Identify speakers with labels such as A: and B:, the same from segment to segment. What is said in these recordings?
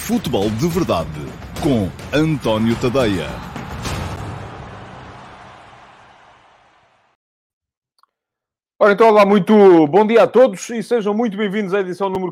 A: Futebol de Verdade com António Tadeia.
B: Ora, então, olá, muito bom dia a todos e sejam muito bem-vindos à edição número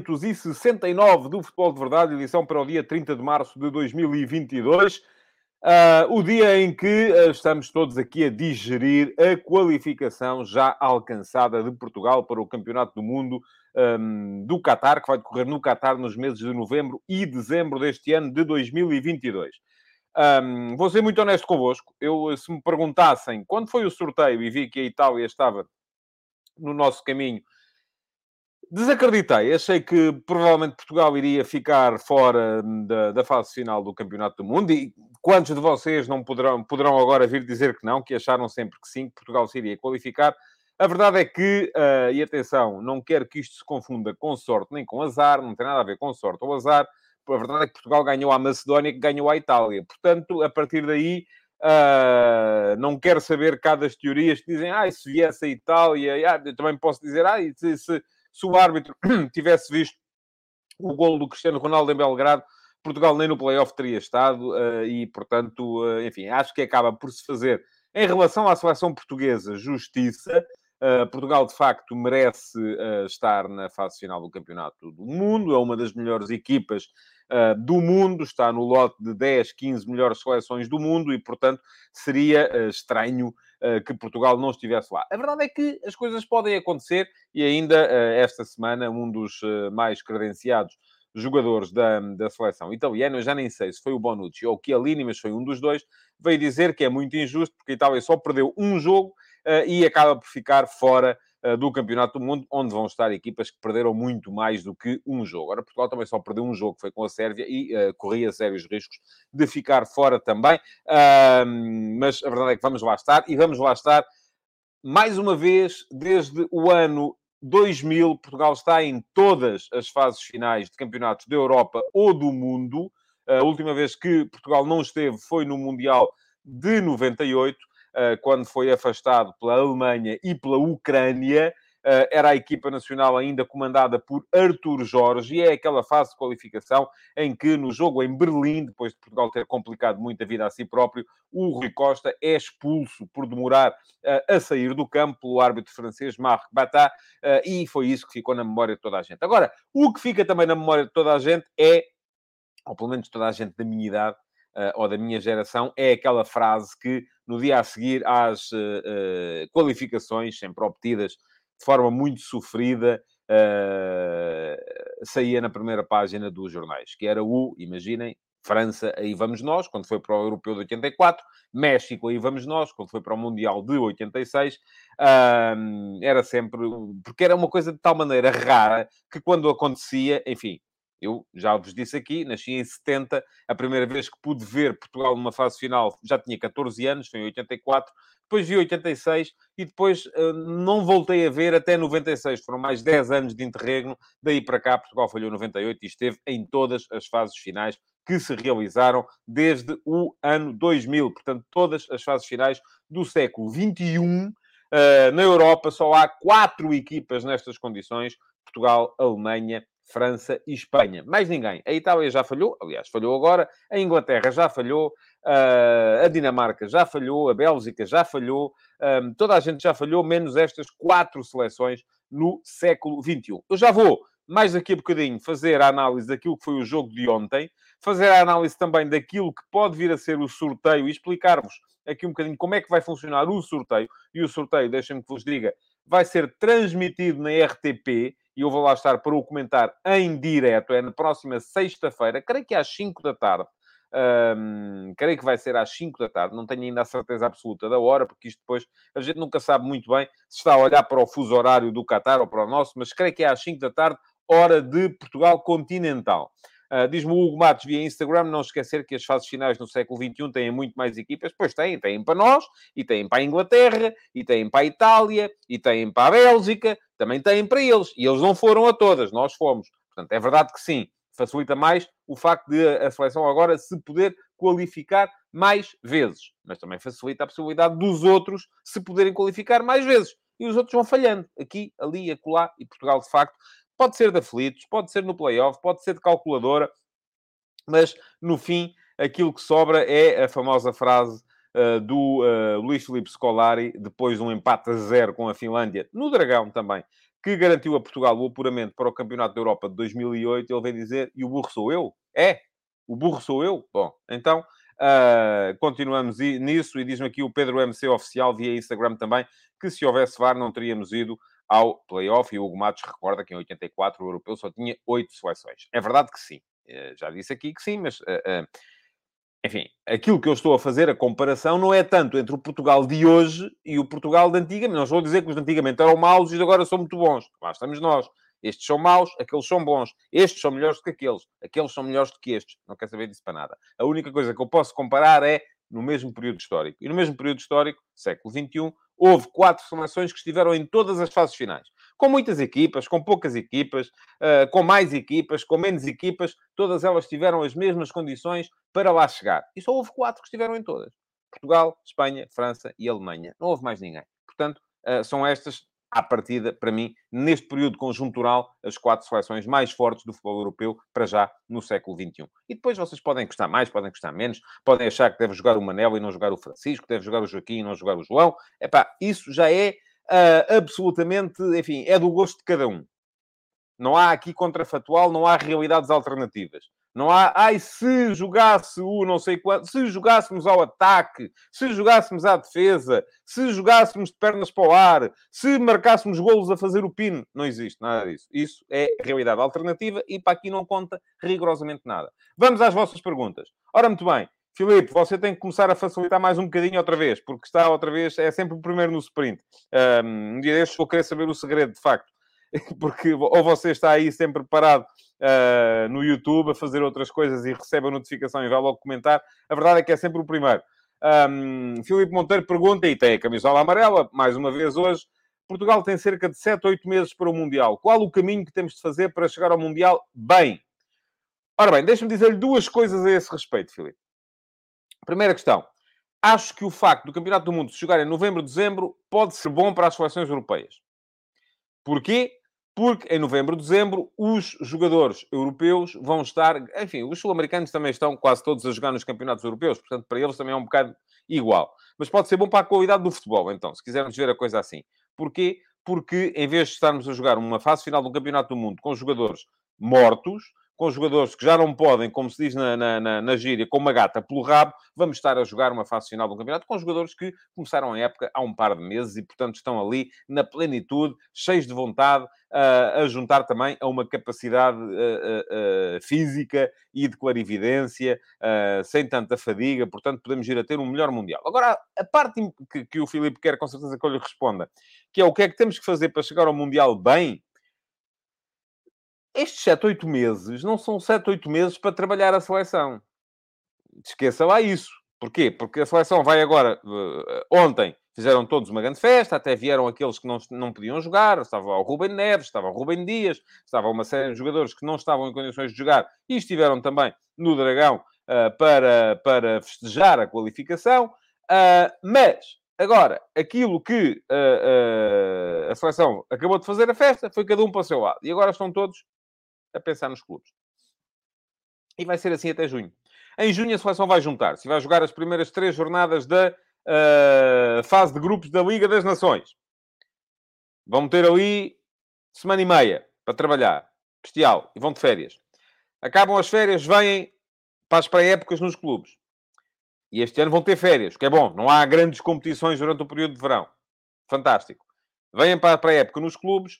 B: 569 do Futebol de Verdade, edição para o dia 30 de março de 2022. O dia em que estamos todos aqui a digerir a qualificação já alcançada de Portugal para o Campeonato do Mundo do Qatar, que vai decorrer no Qatar nos meses de novembro e dezembro deste ano de 2022. Vou ser muito honesto convosco. Se me perguntassem quando foi o sorteio e vi que a Itália estava no nosso caminho, desacreditei. Achei que provavelmente Portugal iria ficar fora da fase final do Campeonato do Mundo. E quantos de vocês não poderão agora vir dizer que não, que acharam sempre que sim, que Portugal se iria qualificar? A verdade é que, e atenção, não quero que isto se confunda com sorte nem com azar, não tem nada a ver com sorte ou azar. A verdade é que Portugal ganhou à Macedónia, que ganhou à Itália. Portanto, a partir daí, não quero saber cá das teorias que dizem, se viesse a Itália, eu também posso dizer, se o árbitro tivesse visto o golo do Cristiano Ronaldo em Belgrado, Portugal nem no play-off teria estado, e, portanto, enfim, acho que acaba por se fazer, em relação à seleção portuguesa, justiça. Portugal, de facto, merece estar na fase final do Campeonato do Mundo, é uma das melhores equipas do mundo, está no lote de 10, 15 melhores seleções do mundo e, portanto, seria estranho que Portugal não estivesse lá. A verdade é que as coisas podem acontecer e ainda esta semana um dos mais credenciados jogadores da seleção italiana, eu já nem sei se foi o Bonucci ou o Chiellini, mas foi um dos dois, veio dizer que é muito injusto porque a Itália só perdeu um jogo e acaba por ficar fora do Campeonato do Mundo, onde vão estar equipas que perderam muito mais do que um jogo. Ora, Portugal também só perdeu um jogo, que foi com a Sérvia, e corria sérios riscos de ficar fora também. Mas a verdade é que vamos lá estar, e vamos lá estar mais uma vez, desde o ano 2000, Portugal está em todas as fases finais de campeonatos da Europa ou do mundo. A última vez que Portugal não esteve foi no Mundial de 98, quando foi afastado pela Alemanha e pela Ucrânia. Era a equipa nacional ainda comandada por Artur Jorge, e é aquela fase de qualificação em que, no jogo em Berlim, depois de Portugal ter complicado muito a vida a si próprio, o Rui Costa é expulso por demorar a sair do campo pelo árbitro francês Marc Batat, e foi isso que ficou na memória de toda a gente. Agora, o que fica também na memória de toda a gente é, ou pelo menos toda a gente da minha idade, ou da minha geração, é aquela frase que, no dia a seguir às qualificações, sempre obtidas de forma muito sofrida, saía na primeira página dos jornais, que era imaginem, França, aí vamos nós, quando foi para o Europeu de 84, México, aí vamos nós, quando foi para o Mundial de 86, era sempre... Porque era uma coisa de tal maneira rara, que quando acontecia, enfim, eu já vos disse aqui, nasci em 70, a primeira vez que pude ver Portugal numa fase final já tinha 14 anos, foi em 84, depois vi 86 e depois não voltei a ver até 96. Foram mais 10 anos de interregno. Daí para cá, Portugal falhou 98 e esteve em todas as fases finais que se realizaram desde o ano 2000. Portanto, todas as fases finais do século XXI. Na Europa só há 4 equipas nestas condições: Portugal, Alemanha, França e Espanha. Mais ninguém. A Itália já falhou, aliás, falhou agora. A Inglaterra já falhou. A Dinamarca já falhou. A Bélgica já falhou. Toda a gente já falhou, menos estas 4 seleções no século XXI. Eu já vou, mais daqui a bocadinho, fazer a análise daquilo que foi o jogo de ontem, fazer a análise também daquilo que pode vir a ser o sorteio e explicar-vos aqui um bocadinho como é que vai funcionar o sorteio. E o sorteio, deixem-me que vos diga, vai ser transmitido na RTP, e eu vou lá estar para o comentar em direto, é na próxima sexta-feira, creio que às 5 da tarde. Creio que vai ser às 5 da tarde, não tenho ainda a certeza absoluta da hora, porque isto depois a gente nunca sabe muito bem se está a olhar para o fuso horário do Qatar ou para o nosso, mas creio que é às 5 da tarde, hora de Portugal continental. Diz-me o Hugo Matos via Instagram, não esquecer que as fases finais no século XXI têm muito mais equipas. Pois têm para nós, e têm para a Inglaterra, e têm para a Itália, e têm para a Bélgica, também têm para eles. E eles não foram a todas, nós fomos. Portanto, é verdade que sim, facilita mais o facto de a seleção agora se poder qualificar mais vezes. Mas também facilita a possibilidade dos outros se poderem qualificar mais vezes. E os outros vão falhando, aqui, ali, acolá, e Portugal, de facto, pode ser de aflitos, pode ser no play-off, pode ser de calculadora, Mas, no fim, aquilo que sobra é a famosa frase do Luís Filipe Scolari, depois de um empate a 0 com a Finlândia, no Dragão também, que garantiu a Portugal o apuramento para o Campeonato da Europa de 2008. Ele vem dizer: e o burro sou eu? É? O burro sou eu? Bom, então, continuamos nisso. E diz-me aqui o Pedro MC Oficial, via Instagram também, que se houvesse VAR não teríamos ido ao play-off. E o Hugo Matos recorda que em 84 o europeu só tinha 8 seleções. É verdade que sim. Já disse aqui que sim, mas enfim, aquilo que eu estou a fazer, a comparação, não é tanto entre o Portugal de hoje e o Portugal de antigamente. Não estou a dizer que os de antigamente eram maus e agora são muito bons. Lá estamos nós. Estes são maus, aqueles são bons. Estes são melhores do que aqueles. Aqueles são melhores do que estes. Não quero saber disso para nada. A única coisa que eu posso comparar é no mesmo período histórico. E no mesmo período histórico, século XXI, houve 4 seleções que estiveram em todas as fases finais. Com muitas equipas, com poucas equipas, com mais equipas, com menos equipas, todas elas tiveram as mesmas condições para lá chegar. E só houve 4 que estiveram em todas. Portugal, Espanha, França e Alemanha. Não houve mais ninguém. Portanto, são estas, à partida, para mim, neste período conjuntural, as 4 seleções mais fortes do futebol europeu, para já, no século XXI. E depois vocês podem gostar mais, podem gostar menos, podem achar que deve jogar o Manel e não jogar o Francisco, deve jogar o Joaquim e não jogar o João. Epá, isso já é absolutamente, enfim, é do gosto de cada um. Não há aqui contrafatual, não há realidades alternativas. Não há, ai, se jogasse o não sei quanto, se jogássemos ao ataque, se jogássemos à defesa, se jogássemos de pernas para o ar, se marcássemos golos a fazer o pino. Não existe nada disso. Isso é realidade alternativa e para aqui não conta rigorosamente nada. Vamos às vossas perguntas. Ora, muito bem. Filipe, você tem que começar a facilitar mais um bocadinho outra vez, porque está outra vez, é sempre o primeiro no sprint. Um dia destes vou querer saber o segredo, de facto. Porque ou você está aí sempre parado no YouTube a fazer outras coisas e recebe a notificação e vai logo comentar. A verdade é que é sempre o primeiro. Filipe Monteiro pergunta, e tem a camisola amarela, mais uma vez hoje. Portugal tem cerca de 7, 8 meses para o Mundial. Qual o caminho que temos de fazer para chegar ao Mundial bem? Ora bem, deixa-me dizer-lhe 2 coisas a esse respeito, Filipe. Primeira questão. Acho que o facto do Campeonato do Mundo se jogar em novembro, dezembro, pode ser bom para as seleções europeias. Porquê? Porque em novembro, dezembro, os jogadores europeus vão estar... Enfim, os sul-americanos também estão quase todos a jogar nos campeonatos europeus, portanto, para eles também é um bocado igual. Mas pode ser bom para a qualidade do futebol, então, se quisermos ver a coisa assim. Porquê? Porque, em vez de estarmos a jogar uma fase final do Campeonato do Mundo com jogadores mortos, com jogadores que já não podem, como se diz na gíria, com uma gata pelo rabo, vamos estar a jogar uma fase final do campeonato com jogadores que começaram a época há um par de meses e, portanto, estão ali na plenitude, cheios de vontade, a juntar também a uma capacidade física e de clarividência, sem tanta fadiga, portanto, podemos ir a ter um melhor Mundial. Agora, a parte que o Filipe quer, com certeza, que eu lhe responda, que é o que é que temos que fazer para chegar ao Mundial bem. Estes 7, 8 meses não são 7, 8 meses para trabalhar a seleção. Esqueça lá isso. Porquê? Porque a seleção vai agora... ontem fizeram todos uma grande festa, até vieram aqueles que não podiam jogar. Estava o Rubem Neves, estava o Rubem Dias, estava uma série de jogadores que não estavam em condições de jogar e estiveram também no Dragão para festejar a qualificação. Mas, agora, aquilo que a seleção acabou de fazer a festa foi cada um para o seu lado. E agora estão todos a pensar nos clubes. E vai ser assim até junho. Em junho a seleção vai juntar-se. Vai jogar as primeiras 3 jornadas da fase de grupos da Liga das Nações. Vão ter ali semana e meia para trabalhar. Bestial. E vão de férias. Acabam as férias, vêm para as pré-épocas nos clubes. E este ano vão ter férias, que é bom. Não há grandes competições durante o período de verão. Fantástico. Vêm para a pré-época nos clubes.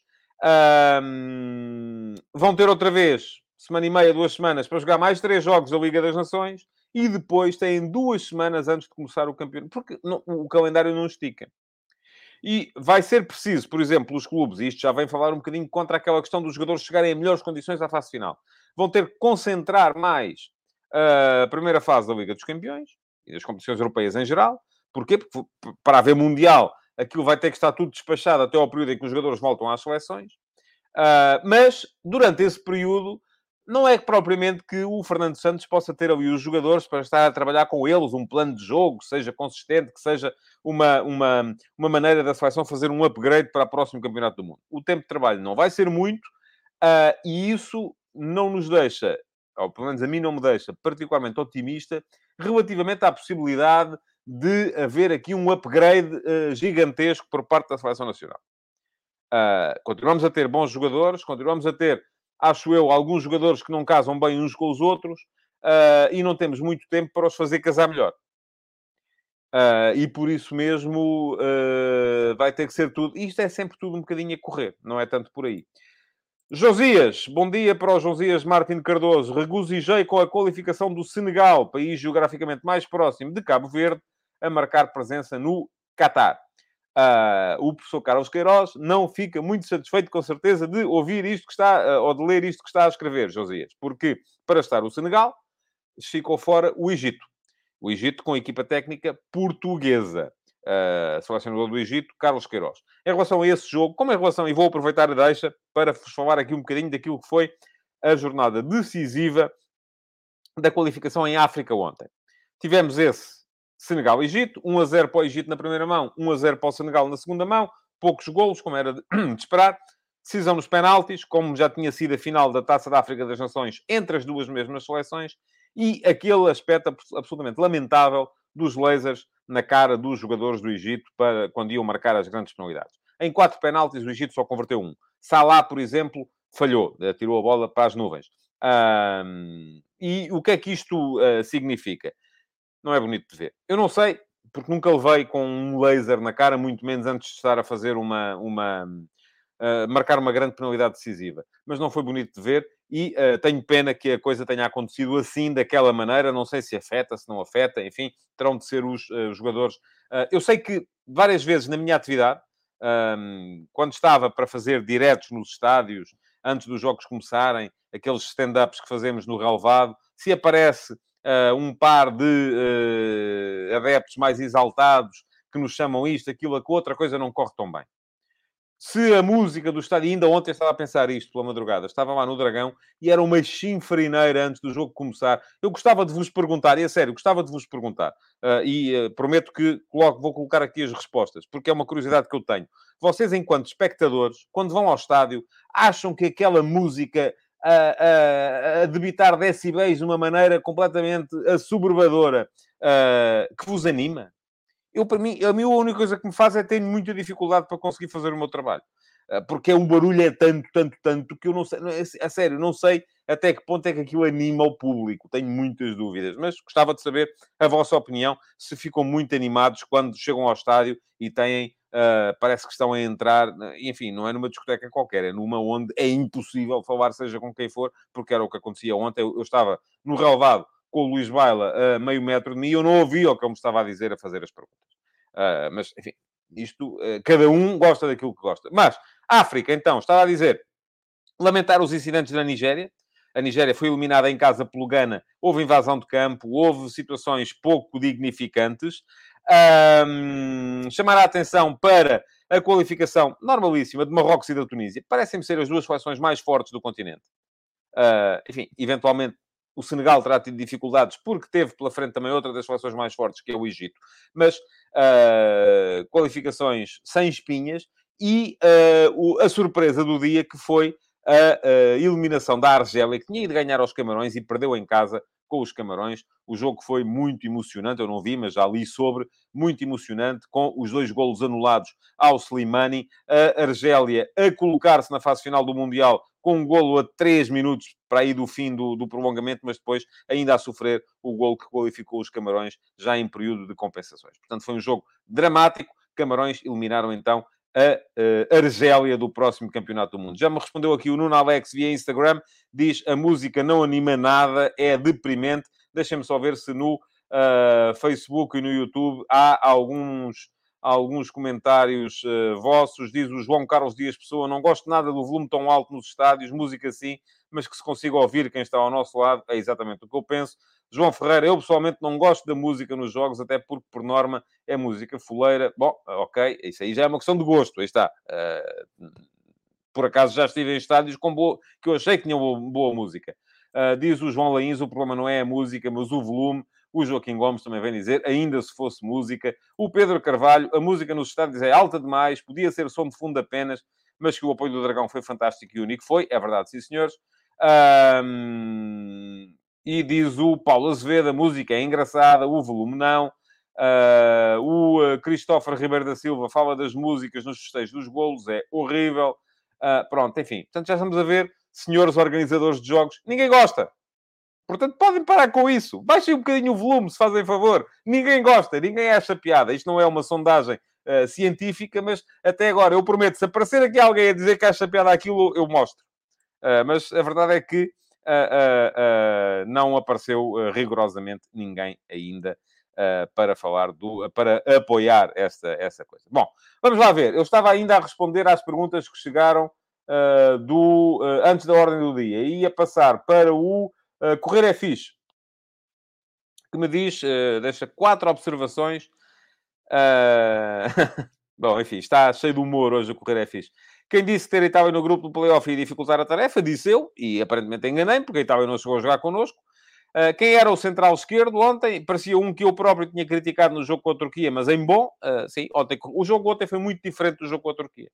B: Vão ter outra vez semana e meia, 2 semanas, para jogar mais 3 jogos da Liga das Nações e depois têm 2 semanas antes de começar o campeonato, porque o calendário não estica. E vai ser preciso, por exemplo, os clubes, e isto já vem falar um bocadinho contra aquela questão dos jogadores chegarem em melhores condições à fase final, vão ter que concentrar mais a primeira fase da Liga dos Campeões e das competições europeias em geral. Porquê? Porque para haver Mundial, aquilo vai ter que estar tudo despachado até ao período em que os jogadores voltam às seleções. Mas, durante esse período, não é propriamente que o Fernando Santos possa ter ali os jogadores para estar a trabalhar com eles, um plano de jogo que seja consistente, que seja uma maneira da seleção fazer um upgrade para o próximo Campeonato do Mundo. O tempo de trabalho não vai ser muito, e isso não nos deixa ou pelo menos a mim não me deixa particularmente otimista, relativamente à possibilidade de haver aqui um upgrade gigantesco por parte da Seleção Nacional. Continuamos a ter bons jogadores, continuamos a ter, acho eu, alguns jogadores que não casam bem uns com os outros, e não temos muito tempo para os fazer casar melhor. E por isso mesmo vai ter que ser tudo. Isto é sempre tudo um bocadinho a correr, não é tanto por aí. Josias, bom dia para o Josias Martins Cardoso. Regozijei com a qualificação do Senegal, país geograficamente mais próximo de Cabo Verde, a marcar presença no Catar. O professor Carlos Queiroz não fica muito satisfeito, com certeza, de ouvir isto que está, ou de ler isto que está a escrever, Josias, porque para estar o Senegal, ficou fora o Egito. O Egito com a equipa técnica portuguesa. Selecionador do Egito, Carlos Queiroz. Em relação a esse jogo, como em relação, e vou aproveitar a deixa para vos falar aqui um bocadinho daquilo que foi a jornada decisiva da qualificação em África ontem. Tivemos esse Senegal-Egito, 1-0 para o Egito na primeira mão, 1-0 para o Senegal na segunda mão, poucos golos, como era de esperar. Decisão nos penaltis, como já tinha sido a final da Taça da África das Nações entre as duas mesmas seleções, e aquele aspecto absolutamente lamentável dos lasers na cara dos jogadores do Egito para quando iam marcar as grandes penalidades. Em 4 penaltis, o Egito só converteu 1. Salah, por exemplo, falhou, tirou a bola para as nuvens. E o que é que isto significa? Não é bonito de ver. Eu não sei, porque nunca levei com um laser na cara, muito menos antes de estar a fazer marcar uma grande penalidade decisiva. Mas não foi bonito de ver e tenho pena que a coisa tenha acontecido assim, daquela maneira. Não sei se afeta, se não afeta, enfim, terão de ser os jogadores. Eu sei que várias vezes na minha atividade, quando estava para fazer diretos nos estádios, antes dos jogos começarem, aqueles stand-ups que fazemos no relvado, se aparece um par de adeptos mais exaltados que nos chamam isto, aquilo, a outra coisa não corre tão bem. Se a música do estádio... Ainda ontem estava a pensar isto pela madrugada. Estava lá no Dragão e era uma chinfrineira antes do jogo começar. Eu gostava de vos perguntar, e a sério, gostava de vos perguntar. Prometo que vou colocar aqui as respostas, porque é uma curiosidade que eu tenho. Vocês, enquanto espectadores, quando vão ao estádio, acham que aquela música a debitar decibéis de uma maneira completamente assoberbadora que vos anima? Para mim, a única coisa que me faz é ter muita dificuldade para conseguir fazer o meu trabalho. Porque o barulho é tanto, que eu não sei... A sério, não sei até que ponto é que aquilo anima o público. Tenho muitas dúvidas. Mas gostava de saber a vossa opinião, se ficam muito animados quando chegam ao estádio e têm... parece que estão a entrar... Enfim, não é numa discoteca qualquer. É numa onde é impossível falar, seja com quem for, porque era o que acontecia ontem. Eu estava no relvado com o Luís Baila a meio metro de mim e eu não ouvia o que ele me estava a dizer, a fazer as perguntas. Mas, enfim, isto... cada um gosta daquilo que gosta. Mas, África, então, estava a dizer... Lamentar os incidentes na Nigéria. A Nigéria foi eliminada em casa pelo Ghana. Houve invasão de campo. Houve situações pouco dignificantes. Chamar a atenção para a qualificação normalíssima de Marrocos e da Tunísia. Parecem-me ser as duas seleções mais fortes do continente. Enfim, eventualmente o Senegal terá tido dificuldades porque teve pela frente também outra das seleções mais fortes, que é o Egito. Mas qualificações sem espinhas e a surpresa do dia, que foi a eliminação da Argélia, que tinha ido ganhar aos Camarões e perdeu em casa com os Camarões. O jogo foi muito emocionante, eu não vi, mas já li sobre, muito emocionante, com os 2 golos anulados ao Slimani, a Argélia a colocar-se na fase final do Mundial com um golo a 3 minutos para aí do fim do prolongamento, mas depois ainda a sofrer o golo que qualificou os Camarões já em período de compensações. Portanto, foi um jogo dramático. Camarões eliminaram então a Argélia do próximo Campeonato do Mundo. Já me respondeu aqui o Nuno Alex via Instagram, diz: a música não anima nada, é deprimente. Deixem-me só ver se no Facebook e no YouTube há alguns comentários vossos. Diz o João Carlos Dias Pessoa: não gosto nada do volume tão alto nos estádios, música sim, mas que se consiga ouvir quem está ao nosso lado. É exatamente o que eu penso. João Ferreira: eu pessoalmente não gosto da música nos jogos, até porque, por norma, é música fuleira. Bom, ok, isso aí já é uma questão de gosto, aí está. Por acaso já estive em estádios que eu achei que tinham boa música. Diz o João Lains: o problema não é a música, mas o volume. O Joaquim Gomes também vem dizer: ainda se fosse música. O Pedro Carvalho: a música nos estádios é alta demais, podia ser som de fundo apenas, mas que o apoio do Dragão foi fantástico e único. Foi, é verdade, sim, senhores. E diz o Paulo Azevedo, a música é engraçada, o volume não. Christopher Ribeiro da Silva fala das músicas nos festejos dos golos, é horrível. Pronto, enfim. Portanto, já estamos a ver, senhores organizadores de jogos, ninguém gosta. Portanto, podem parar com isso. Baixem um bocadinho o volume, se fazem favor. Ninguém gosta, ninguém acha piada. Isto não é uma sondagem científica, mas até agora, eu prometo, se aparecer aqui alguém a dizer que acha piada aquilo, eu mostro. Mas a verdade é que não apareceu rigorosamente ninguém ainda para falar para apoiar essa coisa. Bom, vamos lá ver. Eu estava ainda a responder às perguntas que chegaram antes da ordem do dia. E ia passar para o Correr é Fixe, que me diz, deixa 4 observações. Bom, enfim, está cheio de humor hoje o Correr é Fixe. Quem disse que ter a Itália no grupo do play-off ia dificultar a tarefa, disse eu, e aparentemente enganei-me, porque a Itália não chegou a jogar connosco. Quem era o central esquerdo ontem? Parecia um que eu próprio tinha criticado no jogo com a Turquia, mas em bom. Sim, o jogo ontem foi muito diferente do jogo com a Turquia.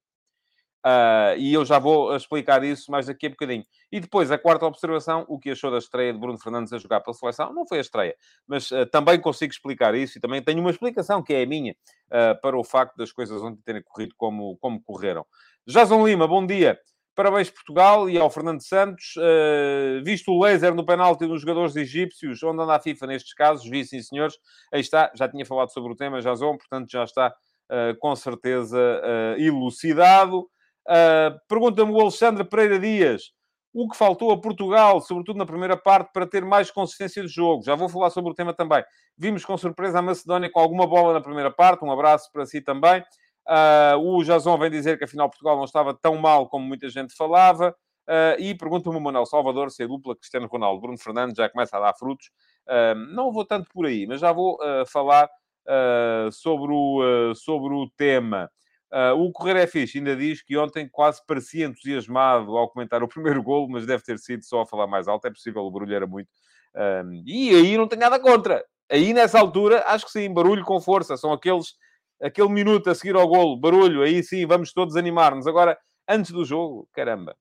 B: E eu já vou explicar isso mais daqui a bocadinho. E depois, a quarta observação, o que achou da estreia de Bruno Fernandes a jogar pela seleção? Não foi a estreia, mas também consigo explicar isso e também tenho uma explicação, que é a minha, para o facto das coisas ontem terem corrido como correram. Jason Lima, bom dia. Parabéns Portugal e ao Fernando Santos. Visto o laser no penalti dos jogadores egípcios, onde anda a FIFA nestes casos? Vi, sim, senhores. Aí está, já tinha falado sobre o tema, Jason, portanto já está com certeza elucidado. Pergunta-me o Alexandre Pereira Dias. O que faltou a Portugal, sobretudo na primeira parte, para ter mais consistência de jogo? Já vou falar sobre o tema também. Vimos com surpresa a Macedónia com alguma bola na primeira parte. Um abraço para si também. O Jason vem dizer que afinal Portugal não estava tão mal como muita gente falava. E pergunta-me o Manuel Salvador se a dupla Cristiano Ronaldo Bruno Fernandes já começa a dar frutos. Não vou tanto por aí, mas já vou falar sobre o tema. O Correr é Fixe ainda diz que ontem quase parecia entusiasmado ao comentar o primeiro golo, mas deve ter sido só a falar mais alto. É possível, o barulho era muito. E aí não tenho nada contra. Aí, nessa altura, acho que sim, barulho com força. São aquele minuto a seguir ao golo, barulho. Aí sim, vamos todos animar-nos. Agora, antes do jogo, caramba.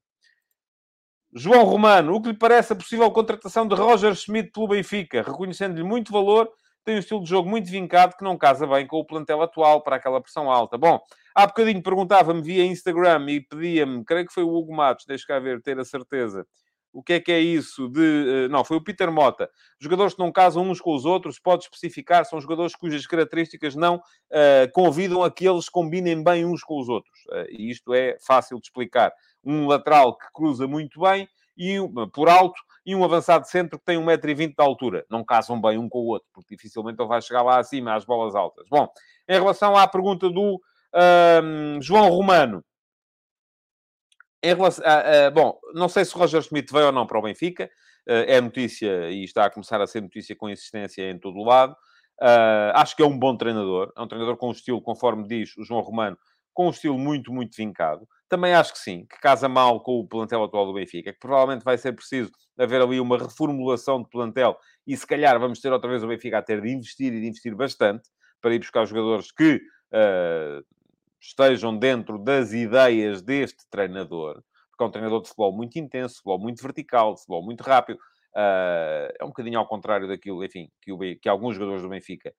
B: João Romano, o que lhe parece a possível contratação de Roger Schmidt pelo Benfica? Reconhecendo-lhe muito valor, tem um estilo de jogo muito vincado que não casa bem com o plantel atual para aquela pressão alta. Bom, há bocadinho perguntava-me via Instagram e pedia-me, creio que foi o Hugo Matos, deixa cá ver, ter a certeza. O que é isso de... Não, foi o Peter Mota. Jogadores que não casam uns com os outros, pode especificar, são jogadores cujas características não convidam a que eles combinem bem uns com os outros. E isto é fácil de explicar. Um lateral que cruza muito bem, por alto, e um avançado de centro que tem 1,20 m de altura. Não casam bem um com o outro, porque dificilmente ele vai chegar lá acima, às bolas altas. Bom, em relação à pergunta do João Romano, em relação bom, não sei se o Roger Schmidt veio ou não para o Benfica. É notícia e está a começar a ser notícia com insistência em todo o lado. Acho que é um bom treinador. É um treinador com um estilo, conforme diz o João Romano, com um estilo muito, muito vincado. Também acho que sim, que casa mal com o plantel atual do Benfica, que provavelmente vai ser preciso haver ali uma reformulação de plantel e se calhar vamos ter outra vez o Benfica a ter de investir e de investir bastante para ir buscar jogadores que estejam dentro das ideias deste treinador, porque é um treinador de futebol muito intenso, futebol muito vertical, futebol muito rápido. É um bocadinho ao contrário daquilo, enfim, que alguns jogadores do Benfica,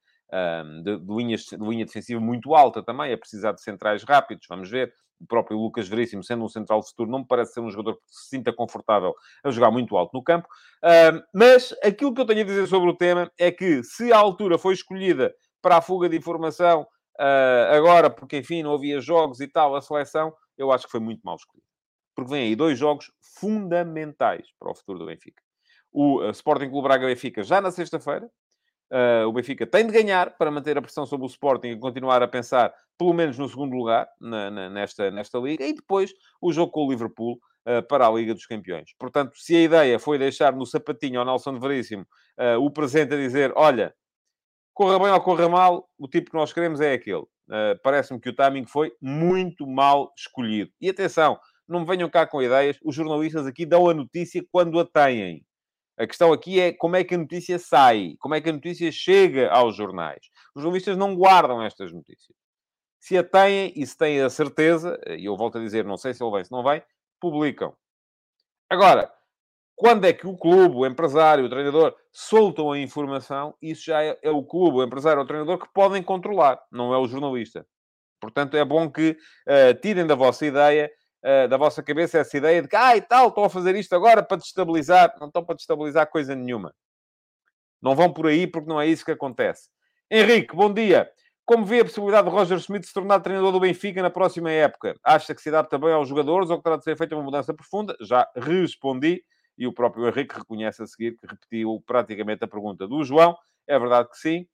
B: de linha defensiva muito alta também, a precisar de centrais rápidos, vamos ver. O próprio Lucas Veríssimo, sendo um central de futuro, não me parece ser um jogador que se sinta confortável a jogar muito alto no campo. Mas aquilo que eu tenho a dizer sobre o tema é que, se a altura foi escolhida para a fuga de informação, agora, porque, enfim, não havia jogos e tal, a seleção, eu acho que foi muito mal escolhida. Porque vem aí 2 jogos fundamentais para o futuro do Benfica. O Sporting Clube Braga-Benfica já na sexta-feira. O Benfica tem de ganhar para manter a pressão sobre o Sporting e continuar a pensar, pelo menos no segundo lugar, nesta Liga. E depois o jogo com o Liverpool para a Liga dos Campeões. Portanto, se a ideia foi deixar no sapatinho ao Nelson Veríssimo o presente a dizer, olha, corra bem ou corra mal, o tipo que nós queremos é aquele. Parece-me que o timing foi muito mal escolhido. E atenção, não me venham cá com ideias. Os jornalistas aqui dão a notícia quando a têm. A questão aqui é como é que a notícia sai, como é que a notícia chega aos jornais. Os jornalistas não guardam estas notícias. Se a têm e se têm a certeza, e eu volto a dizer, não sei se ele vem, se não vem, publicam. Agora, Quando é que o clube, o empresário, o treinador soltam a informação, isso já é o clube, o empresário ou o treinador que podem controlar, não é o jornalista. Portanto, é bom que tirem da vossa ideia, da vossa cabeça, essa ideia de que, e tal, estão a fazer isto agora para destabilizar. Não estão para destabilizar coisa nenhuma. Não vão por aí porque não é isso que acontece. Henrique, bom dia. Como vê a possibilidade de Roger Schmidt se tornar treinador do Benfica na próxima época? Acha que se adapta bem aos jogadores ou que terá de ser feita uma mudança profunda? Já respondi. E o próprio Henrique reconhece a seguir que repetiu praticamente a pergunta do João. É verdade que sim.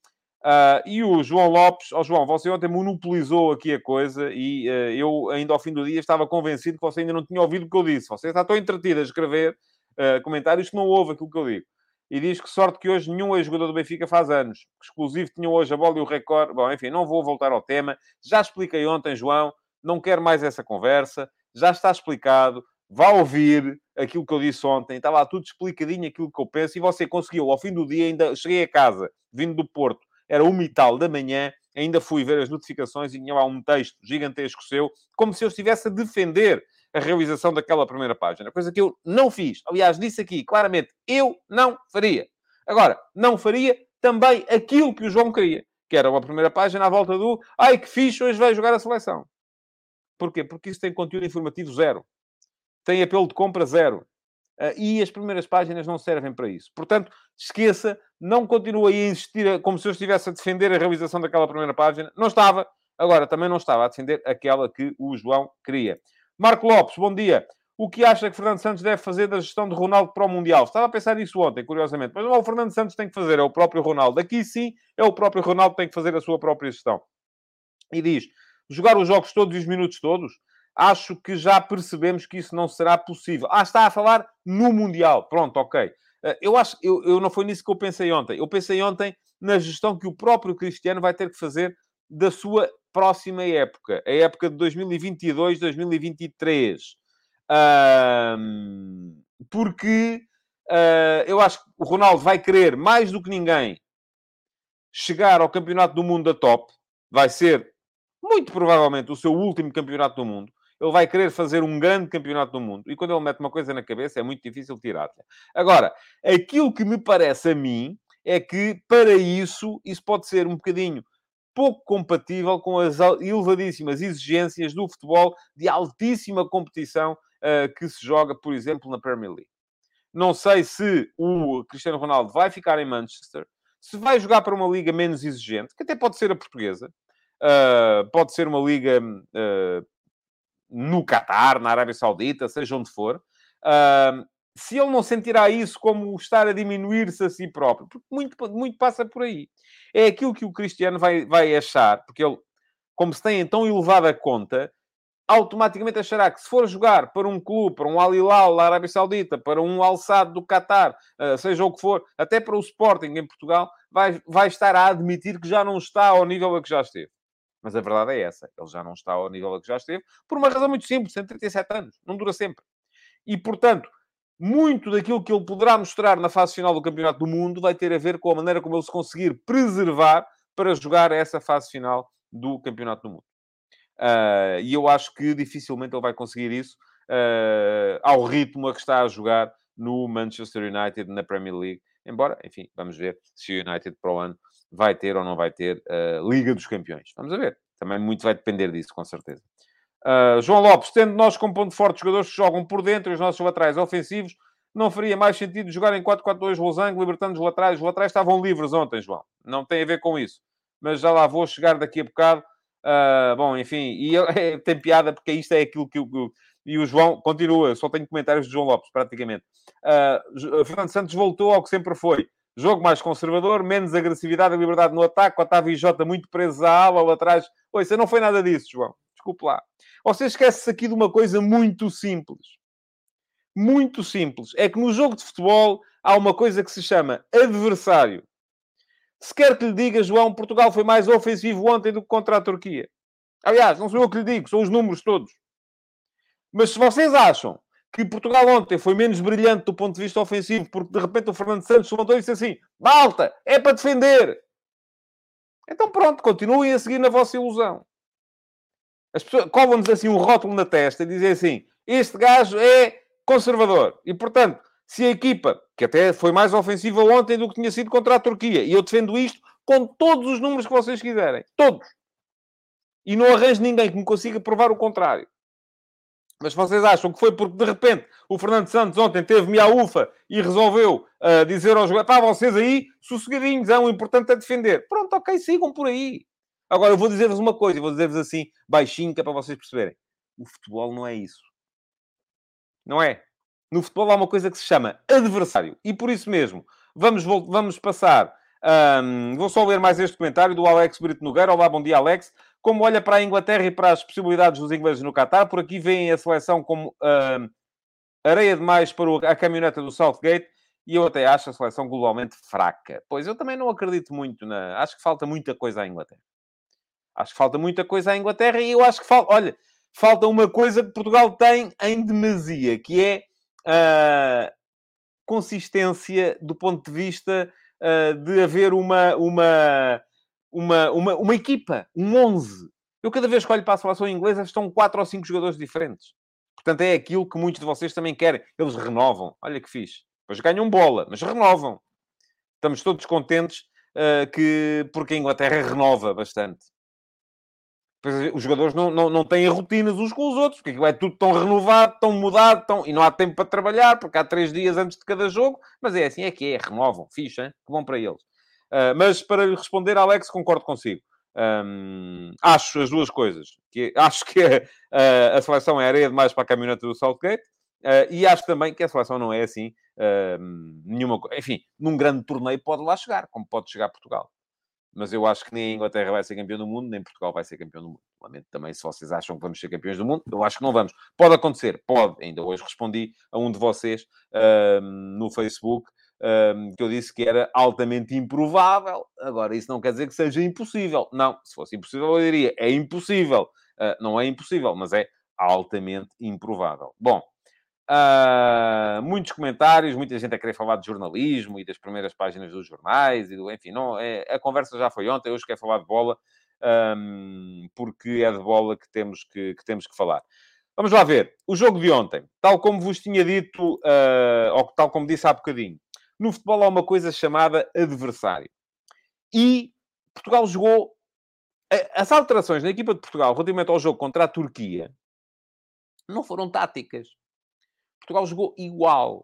B: E o João Lopes... João, você ontem monopolizou aqui a coisa e eu, ainda ao fim do dia, estava convencido que você ainda não tinha ouvido o que eu disse. Você está tão entretido a escrever comentários que não ouve aquilo que eu digo. E diz que sorte que hoje nenhum ex-jogador do Benfica faz anos. Exclusivo tinham hoje a bola e o recorde. Bom, enfim, não vou voltar ao tema. Já expliquei ontem, João. Não quero mais essa conversa. Já está explicado. Vá ouvir aquilo que eu disse ontem. Estava lá tudo explicadinho aquilo que eu penso. E você conseguiu, ao fim do dia, ainda cheguei a casa, vindo do Porto. Era 1h da manhã. Ainda fui ver as notificações e tinha lá um texto gigantesco seu, como se eu estivesse a defender a realização daquela primeira página. Coisa que eu não fiz. Aliás, disse aqui, claramente, eu não faria. Agora, não faria também aquilo que o João queria, que era uma primeira página à volta do ai, que fixe, hoje vai jogar a seleção. Porquê? Porque isso tem conteúdo informativo zero. Tem apelo de compra zero. E as primeiras páginas não servem para isso. Portanto, esqueça, não continue a insistir como se eu estivesse a defender a realização daquela primeira página. Não estava. Agora, também não estava a defender aquela que o João queria. Marco Lopes, bom dia. O que acha que Fernando Santos deve fazer da gestão de Ronaldo para o Mundial? Estava a pensar nisso ontem, curiosamente. Mas não é o Fernando Santos que tem que fazer, é o próprio Ronaldo. Aqui sim, é o próprio Ronaldo que tem que fazer a sua própria gestão. E diz, jogar os jogos todos e os minutos todos? Acho que já percebemos que isso não será possível. Está a falar no Mundial. Pronto, ok. Eu não foi nisso que eu pensei ontem. Eu pensei ontem na gestão que o próprio Cristiano vai ter que fazer da sua próxima época. A época de 2022, 2023. Porque eu acho que o Ronaldo vai querer, mais do que ninguém, chegar ao Campeonato do Mundo da top. Vai ser, muito provavelmente, o seu último Campeonato do Mundo. Ele vai querer fazer um grande campeonato do mundo. E quando ele mete uma coisa na cabeça, é muito difícil tirar-lhe. Agora, aquilo que me parece a mim é que, para isso pode ser um bocadinho pouco compatível com as elevadíssimas exigências do futebol de altíssima competição que se joga, por exemplo, na Premier League. Não sei se o Cristiano Ronaldo vai ficar em Manchester, se vai jogar para uma liga menos exigente, que até pode ser a portuguesa, pode ser uma liga... no Qatar, na Arábia Saudita, seja onde for, se ele não sentirá isso como estar a diminuir-se a si próprio, porque muito passa por aí. É aquilo que o Cristiano vai achar, porque ele, como se tem tão elevada conta, automaticamente achará que se for jogar para um clube, para um Al Hilal da Arábia Saudita, para um Al Sadd do Qatar, seja o que for, até para o Sporting em Portugal, vai estar a admitir que já não está ao nível a que já esteve. Mas a verdade é essa. Ele já não está ao nível a que já esteve, por uma razão muito simples. Tem 37 anos. Não dura sempre. E, portanto, muito daquilo que ele poderá mostrar na fase final do Campeonato do Mundo vai ter a ver com a maneira como ele se conseguir preservar para jogar essa fase final do Campeonato do Mundo. E eu acho que dificilmente ele vai conseguir isso ao ritmo a que está a jogar no Manchester United, na Premier League. Embora, enfim, vamos ver se o United para o ano vai ter ou não vai ter Liga dos Campeões. Vamos a ver. Também muito vai depender disso, com certeza. João Lopes, tendo nós como ponto forte jogadores que jogam por dentro e os nossos laterais ofensivos, não faria mais sentido jogar em 4-4-2 losango, libertando os laterais. Os laterais estavam livres ontem, João. Não tem a ver com isso. Mas já lá vou chegar daqui a bocado. Bom, enfim, e tem piada porque isto é aquilo que e o João continua, só tenho comentários de João Lopes, praticamente. Fernando Santos voltou ao que sempre foi. Jogo mais conservador, menos agressividade e liberdade no ataque, Otávio e Jota muito presos à ala, lá atrás. Oi, isso não foi nada disso, João. Desculpe lá. Você esquece-se aqui de uma coisa muito simples. Muito simples. É que no jogo de futebol há uma coisa que se chama adversário. Se quer que lhe diga, João, Portugal foi mais ofensivo ontem do que contra a Turquia. Aliás, não sou eu que lhe digo, são os números todos. Mas se vocês acham que Portugal ontem foi menos brilhante do ponto de vista ofensivo, porque de repente o Fernando Santos levantou e disse assim, malta, é para defender. Então pronto, continuem a seguir na vossa ilusão. As pessoas colam-nos assim um rótulo na testa e dizem assim, este gajo é conservador. E portanto, Se a equipa, que até foi mais ofensiva ontem do que tinha sido contra a Turquia, e eu defendo isto com todos os números que vocês quiserem. Todos. E não arranjo ninguém que me consiga provar o contrário. Mas vocês acham que foi porque, de repente, o Fernando Santos ontem teve-me à ufa e resolveu dizer aos jogadores: pá, vocês aí, sossegadinhos, o importante é defender. Pronto, ok, sigam por aí. Agora, eu vou dizer-vos uma coisa, vou dizer-vos assim, baixinho, que é para vocês perceberem. O futebol não é isso. Não é? No futebol há uma coisa que se chama adversário. E por isso mesmo, vamos passar... vou só ler mais este comentário do Alex Brito Nogueira. Olá, bom dia, Alex. Como olha para a Inglaterra e para as possibilidades dos ingleses no Qatar, por aqui veem a seleção como areia demais para a caminhoneta do Southgate e eu até acho a seleção globalmente fraca. Pois, eu também não acredito muito na... Acho que falta muita coisa à Inglaterra. Acho que falta muita coisa à Inglaterra e eu acho que falta... Olha, falta uma coisa que Portugal tem em demasia, que é consistência do ponto de vista de haver uma equipa, um 11. Eu cada vez que olho para a seleção inglesa estão 4 ou 5 jogadores diferentes. Portanto, é aquilo que muitos de vocês também querem. Eles renovam. Olha que fixe. Depois ganham bola, mas renovam. Estamos todos contentes porque a Inglaterra renova bastante. Os jogadores não têm rotinas uns com os outros, porque é tudo tão renovado, tão mudado, e não há tempo para trabalhar, porque há 3 dias antes de cada jogo. Mas é assim, é que é. Renovam. Fixe, hein? Que bom para eles. Mas para lhe responder, Alex, concordo consigo. Acho as duas coisas. Acho que a seleção é areia demais para a caminhoneta do Southgate. E acho também que a seleção não é assim nenhuma coisa. Enfim, num grande torneio pode lá chegar, como pode chegar Portugal. Mas eu acho que nem a Inglaterra vai ser campeão do mundo, nem Portugal vai ser campeão do mundo. Lamento também, se vocês acham que vamos ser campeões do mundo, eu acho que não vamos. Pode acontecer, pode. Ainda hoje respondi a um de vocês no Facebook, que eu disse que era altamente improvável. Agora, isso não quer dizer que seja impossível. Não, se fosse impossível, eu diria, é impossível. Não é impossível, mas é altamente improvável. Bom, muitos comentários, muita gente a querer falar de jornalismo e das primeiras páginas dos jornais, enfim, não, a conversa já foi ontem, hoje quer falar de bola, porque é de bola que temos que falar. Vamos lá ver. O jogo de ontem, tal como vos tinha dito, ou tal como disse há bocadinho, no futebol há uma coisa chamada adversário. E Portugal jogou... As alterações na equipa de Portugal relativamente ao jogo contra a Turquia não foram táticas. Portugal jogou igual.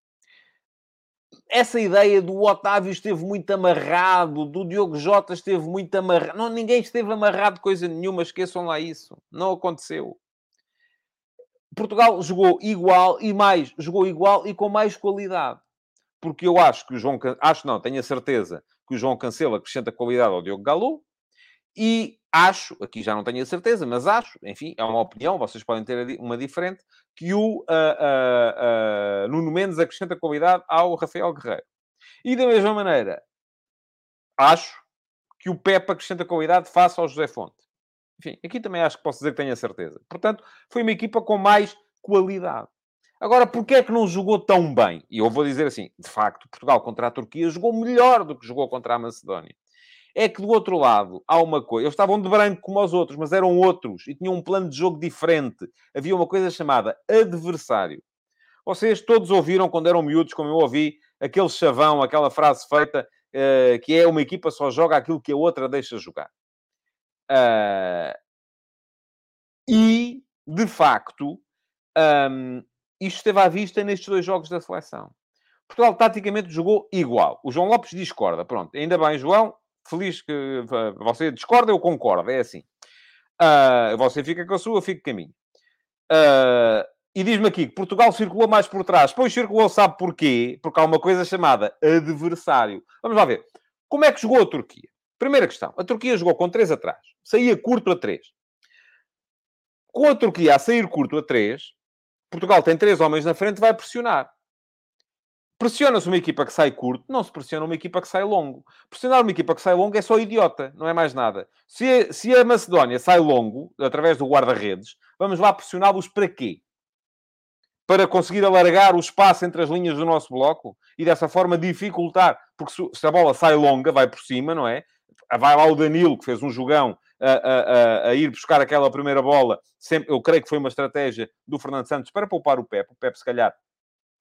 B: Essa ideia do Otávio esteve muito amarrado, do Diogo Jota esteve muito amarrado. Não, ninguém esteve amarrado de coisa nenhuma, esqueçam lá isso. Não aconteceu. Portugal jogou igual e mais, jogou igual e com mais qualidade. Porque eu acho que o João... Acho não, tenho a certeza que o João Cancelo acrescenta qualidade ao Diogo Galou. E acho, aqui já não tenho a certeza, mas acho, enfim, é uma opinião, vocês podem ter uma diferente, que o Nuno Mendes acrescenta qualidade ao Rafael Guerreiro. E da mesma maneira, acho que o Pepe acrescenta qualidade face ao José Fonte. Enfim, aqui também acho que posso dizer que tenho a certeza. Portanto, foi uma equipa com mais qualidade. Agora, porquê é que não jogou tão bem? E eu vou dizer assim, de facto, Portugal contra a Turquia jogou melhor do que jogou contra a Macedónia. É que do outro lado há uma coisa... Eles estavam de branco como os outros, mas eram outros. E tinham um plano de jogo diferente. Havia uma coisa chamada adversário. Vocês todos ouviram, quando eram miúdos, como eu ouvi, aquele chavão, aquela frase feita, que é uma equipa só joga aquilo que a outra deixa jogar. E, de facto, isto esteve à vista nestes 2 jogos da seleção. Portugal, taticamente, jogou igual. O João Lopes discorda. Pronto, ainda bem, João. Feliz que você discorda, eu concordo. É assim. Você fica com a sua, eu fico com a minha. E diz-me aqui que Portugal circulou mais por trás. Pois circulou, sabe porquê? Porque há uma coisa chamada adversário. Vamos lá ver. Como é que jogou a Turquia? Primeira questão. A Turquia jogou com 3 atrás. Saía curto a 3. Com a Turquia a sair curto a 3, Portugal tem 3 homens na frente e vai pressionar. Pressiona-se uma equipa que sai curto, não se pressiona uma equipa que sai longo. Pressionar uma equipa que sai longo é só idiota, não é mais nada. Se a Macedónia sai longo, através do guarda-redes, vamos lá pressioná-los para quê? Para conseguir alargar o espaço entre as linhas do nosso bloco e dessa forma dificultar. Porque se a bola sai longa, vai por cima, não é? Vai lá o Danilo, que fez um jogão, a ir buscar aquela primeira bola. Eu creio que foi uma estratégia do Fernando Santos para poupar o Pepe. O Pepe, se calhar,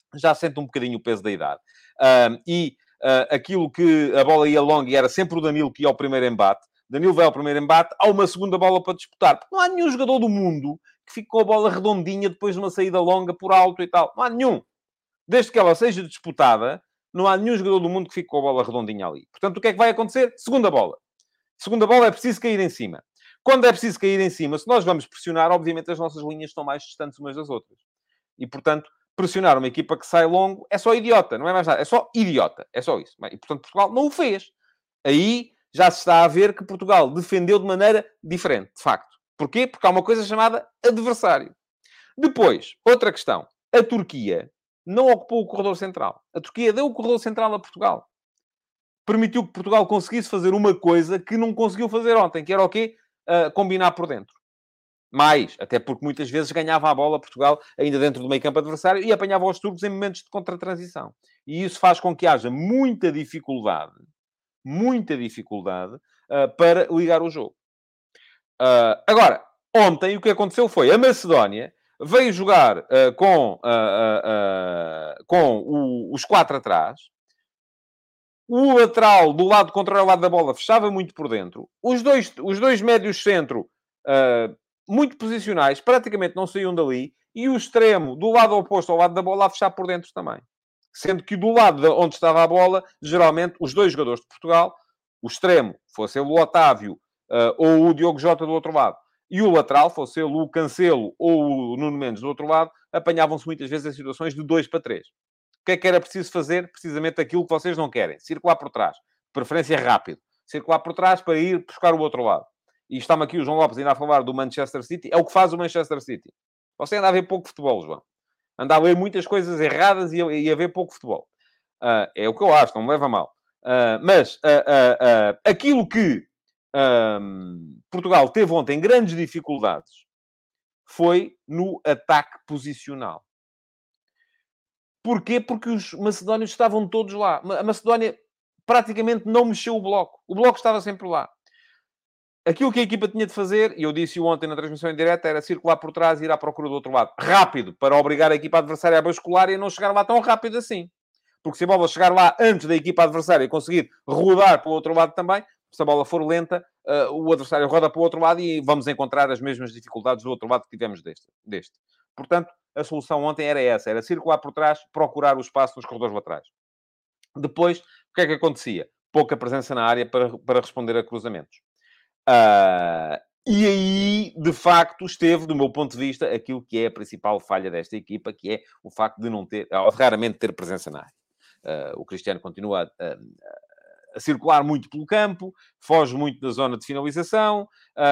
B: já sente um bocadinho o peso da idade. Aquilo que a bola ia longa e era sempre o Danilo que ia ao primeiro embate. Danilo vai ao primeiro embate, há uma segunda bola para disputar. Porque não há nenhum jogador do mundo que fique com a bola redondinha depois de uma saída longa por alto e tal. Não há nenhum. Desde que ela seja disputada, não há nenhum jogador do mundo que fique com a bola redondinha ali. Portanto, o que é que vai acontecer? Segunda bola. Segunda bola é preciso cair em cima. Quando é preciso cair em cima, se nós vamos pressionar, obviamente as nossas linhas estão mais distantes umas das outras. E, portanto, pressionar uma equipa que sai longo é só idiota, não é mais nada. É só idiota. É só isso. E, portanto, Portugal não o fez. Aí já se está a ver que Portugal defendeu de maneira diferente, de facto. Porquê? Porque há uma coisa chamada adversário. Depois, outra questão. A Turquia não ocupou o corredor central. A Turquia deu o corredor central a Portugal. Permitiu que Portugal conseguisse fazer uma coisa que não conseguiu fazer ontem, que era o quê? Combinar por dentro. Mais, até porque muitas vezes ganhava a bola Portugal ainda dentro do meio campo adversário e apanhava os turcos em momentos de contra-transição. E isso faz com que haja muita dificuldade para ligar o jogo. Agora, ontem o que aconteceu foi a Macedónia veio jogar com os 4 atrás. O lateral do lado contra o lado da bola fechava muito por dentro. Os dois médios centro muito posicionais, praticamente não saíam dali. E o extremo do lado oposto ao lado da bola a fechar por dentro também. Sendo que do lado onde estava a bola, geralmente, os dois jogadores de Portugal, o extremo, fosse ele o Otávio ou o Diogo Jota do outro lado, e o lateral, fosse ele o Cancelo ou o Nuno Mendes do outro lado, apanhavam-se muitas vezes em situações de 2 para 3. O que é que era preciso fazer? Precisamente aquilo que vocês não querem. Circular por trás. Preferência rápido. Circular por trás para ir buscar o outro lado. E está-me aqui o João Lopes ainda a falar do Manchester City. É o que faz o Manchester City. Você anda a ver pouco futebol, João. Anda a ler muitas coisas erradas e a ver pouco futebol. É o que eu acho, não me leva a mal. Mas aquilo que Portugal teve ontem grandes dificuldades foi no ataque posicional. Porquê? Porque os macedónios estavam todos lá. A Macedónia praticamente não mexeu o bloco. O bloco estava sempre lá. Aquilo que a equipa tinha de fazer, e eu disse-o ontem na transmissão em direto, era circular por trás e ir à procura do outro lado. Rápido, para obrigar a equipa adversária a bascular e a não chegar lá tão rápido assim. Porque se a bola chegar lá antes da equipa adversária conseguir rodar para o outro lado também, se a bola for lenta, o adversário roda para o outro lado e vamos encontrar as mesmas dificuldades do outro lado que tivemos deste. Portanto, a solução ontem era essa. Era circular por trás, procurar o espaço nos corredores laterais. Depois, o que é que acontecia? Pouca presença na área para responder a cruzamentos. E aí, de facto, esteve, do meu ponto de vista, aquilo que é a principal falha desta equipa, que é o facto de não ter, raramente ter presença na área. O Cristiano continua a circular muito pelo campo, foge muito da zona de finalização,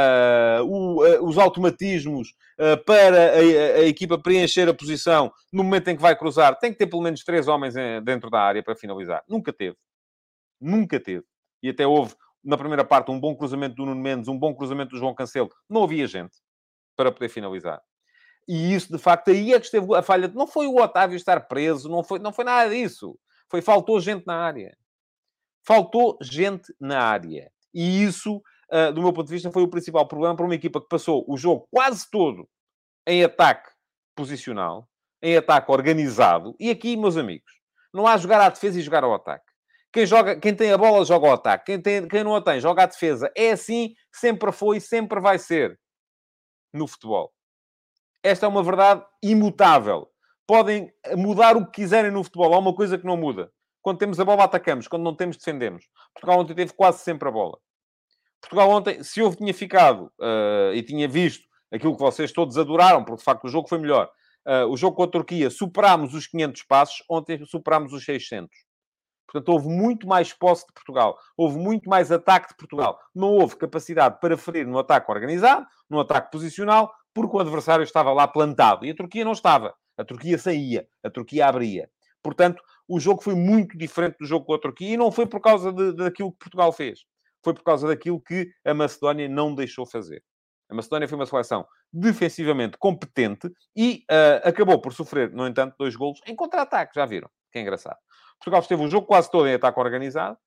B: os automatismos para a equipa preencher a posição no momento em que vai cruzar, tem que ter pelo menos 3 homens dentro da área para finalizar. Nunca teve. Nunca teve. E até houve, na primeira parte, um bom cruzamento do Nuno Mendes, um bom cruzamento do João Cancelo. Não havia gente para poder finalizar. E isso, de facto, aí é que esteve a falha. Não foi o Otávio estar preso, não foi nada disso. Faltou gente na área. Faltou gente na área. E isso, do meu ponto de vista, foi o principal problema para uma equipa que passou o jogo quase todo em ataque posicional, em ataque organizado. E aqui, meus amigos, não há jogar à defesa e jogar ao ataque. Quem tem a bola joga ao ataque. Quem não a tem, joga à defesa. É assim, sempre foi, sempre vai ser no futebol. Esta é uma verdade imutável. Podem mudar o que quiserem no futebol. Há uma coisa que não muda. Quando temos a bola, atacamos. Quando não temos, defendemos. Portugal ontem teve quase sempre a bola. Portugal ontem, se eu tinha ficado e tinha visto aquilo que vocês todos adoraram, porque de facto o jogo foi melhor. O jogo com a Turquia, superámos os 500 passos. Ontem superámos os 600. Portanto, houve muito mais posse de Portugal. Houve muito mais ataque de Portugal. Não houve capacidade para ferir no ataque organizado, no ataque posicional, porque o adversário estava lá plantado. E a Turquia não estava. A Turquia saía. A Turquia abria. Portanto, o jogo foi muito diferente do jogo com a Turquia. E não foi por causa daquilo que Portugal fez. Foi por causa daquilo que a Macedónia não deixou fazer. A Macedónia foi uma seleção defensivamente competente e acabou por sofrer, no entanto, 2 golos em contra-ataque. Já viram? Que é engraçado. Portugal esteve o jogo quase todo em ataque organizado,